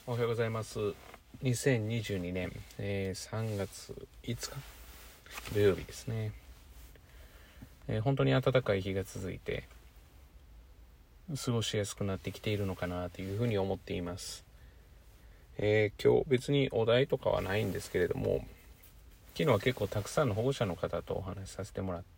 おはようございます。2022年、3月5日土曜日ですね。本当に暖かい日が続いて過ごしやすくなってきているのかなというふうに思っています。今日別にお題とかはないんですけれども、昨日は結構たくさんの保護者の方とお話しさせてもらって、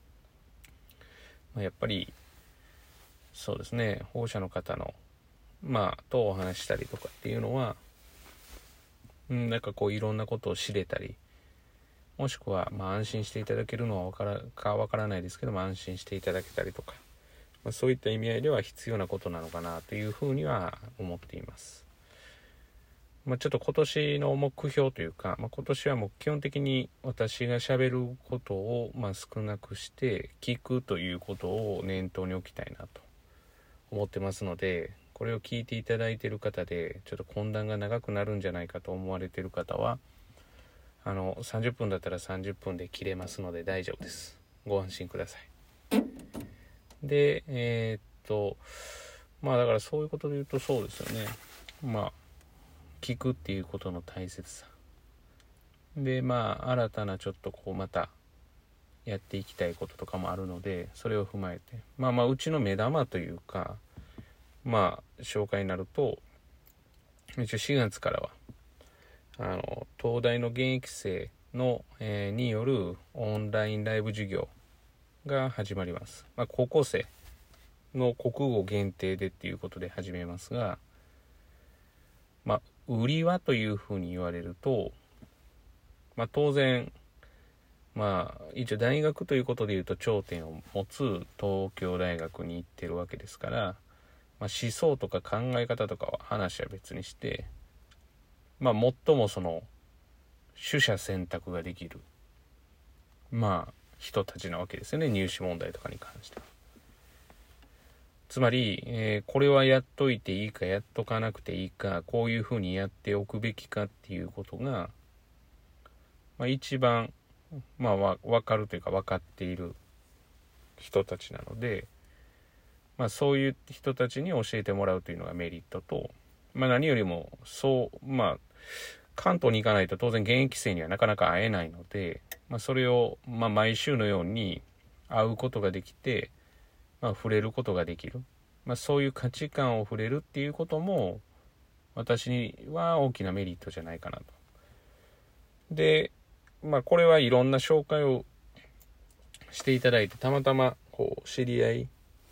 やっぱりそうですね、保護者の方のとお話したりとかっていうのは、なんかこういろんなことを知れたり、もしくは安心していただけるのはわからないですけども、安心していただけたりとか、そういった意味合いでは必要なことなのかなというふうには思っています。ちょっと今年の目標というか、今年はもう基本的に私が喋ることを少なくして聞くということを念頭に置きたいなと思ってますので、これを聞いていただいている方でちょっと懇談が長くなるんじゃないかと思われている方は、30分だったら30分で切れますので大丈夫です。ご安心ください。で、だからそういうことで言うとそうですよね。聞くっていうことの大切さ。で、新たなちょっとまたやっていきたいこととかもあるので、それを踏まえて、うちの目玉というか、紹介になると、一応4月からは、東大の現役生の、によるオンラインライブ授業が始まります。高校生の国語限定でっていうことで始めますが、売りはというふうに言われると、当然、一応大学ということで言うと頂点を持つ東京大学に行ってるわけですから、思想とか考え方とかは話は別にして、最もその取捨選択ができる人たちなわけですよね、入試問題とかに関しては。つまり、これはやっといていいかやっとかなくていいか、こういうふうにやっておくべきかっていうことが、一番分かるというか分かっている人たちなので、そういう人たちに教えてもらうというのがメリットと、何よりも関東に行かないと当然現役生にはなかなか会えないので、それを毎週のように会うことができて、触れることができる、そういう価値観を触れるっていうことも私には大きなメリットじゃないかなと。で、これはいろんな紹介をしていただいて、たまたま知り合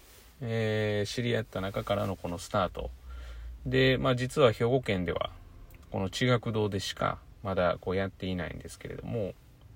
った中からのこのスタートで、実は兵庫県ではこの地学堂でしかまだやっていないんですけれども、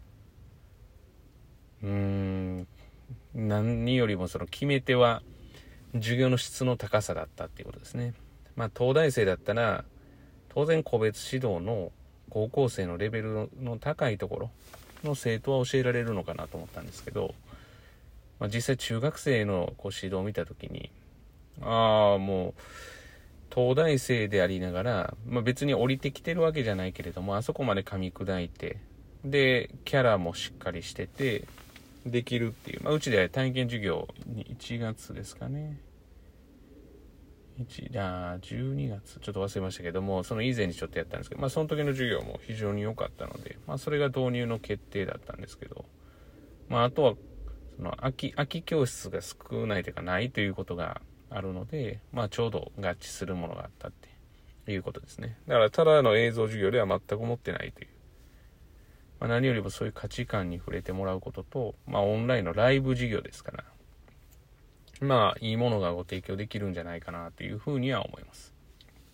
何よりもその決め手は授業の質の高さだったっていうことですね。東大生だったら当然個別指導の高校生のレベルの高いところの生徒は教えられるのかなと思ったんですけど、実際中学生の指導を見た時に、もう東大生でありながら、別に降りてきてるわけじゃないけれども、あそこまで噛み砕いて、でキャラもしっかりしててできるっていう、うちで体験授業に1月ですかね、12月ちょっと忘れましたけども、その以前にちょっとやったんですけど、その時の授業も非常に良かったので、それが導入の決定だったんですけど、あとはその空き教室が少ないというかないということがあるので、ちょうど合致するものがあったっていうことですね。だからただの映像授業では全く持ってないという、何よりもそういう価値観に触れてもらうことと、オンラインのライブ授業ですから、いいものがご提供できるんじゃないかなというふうには思います。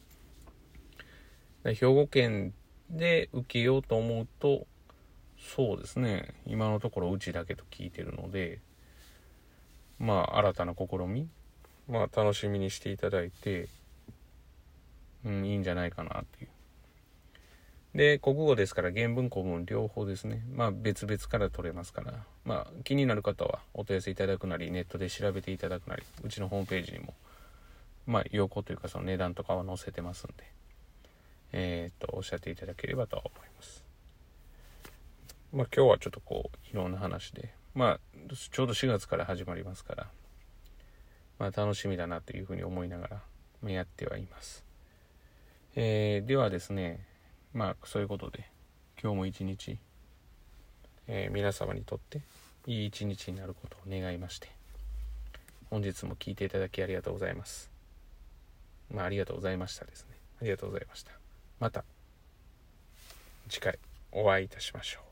兵庫県で受けようと思うと、そうですね、今のところうちだけと聞いてるので、新たな試み、楽しみにしていただいて、いいんじゃないかなっていう。で、国語ですから原文古文両方ですね、別々から取れますから、気になる方はお問い合わせいただくなり、ネットで調べていただくなり、うちのホームページにも要項というかその値段とかは載せてますんで、おっしゃっていただければとは思います。今日はちょっといろんな話で、ちょうど4月から始まりますから、楽しみだなというふうに思いながらやってはいます。 ではですね、そういうことで今日も一日、皆様にとっていい一日になることを願いまして、本日も聞いていただきありがとうございます。ありがとうございましたですね。ありがとうございました。また次回お会いいたしましょう。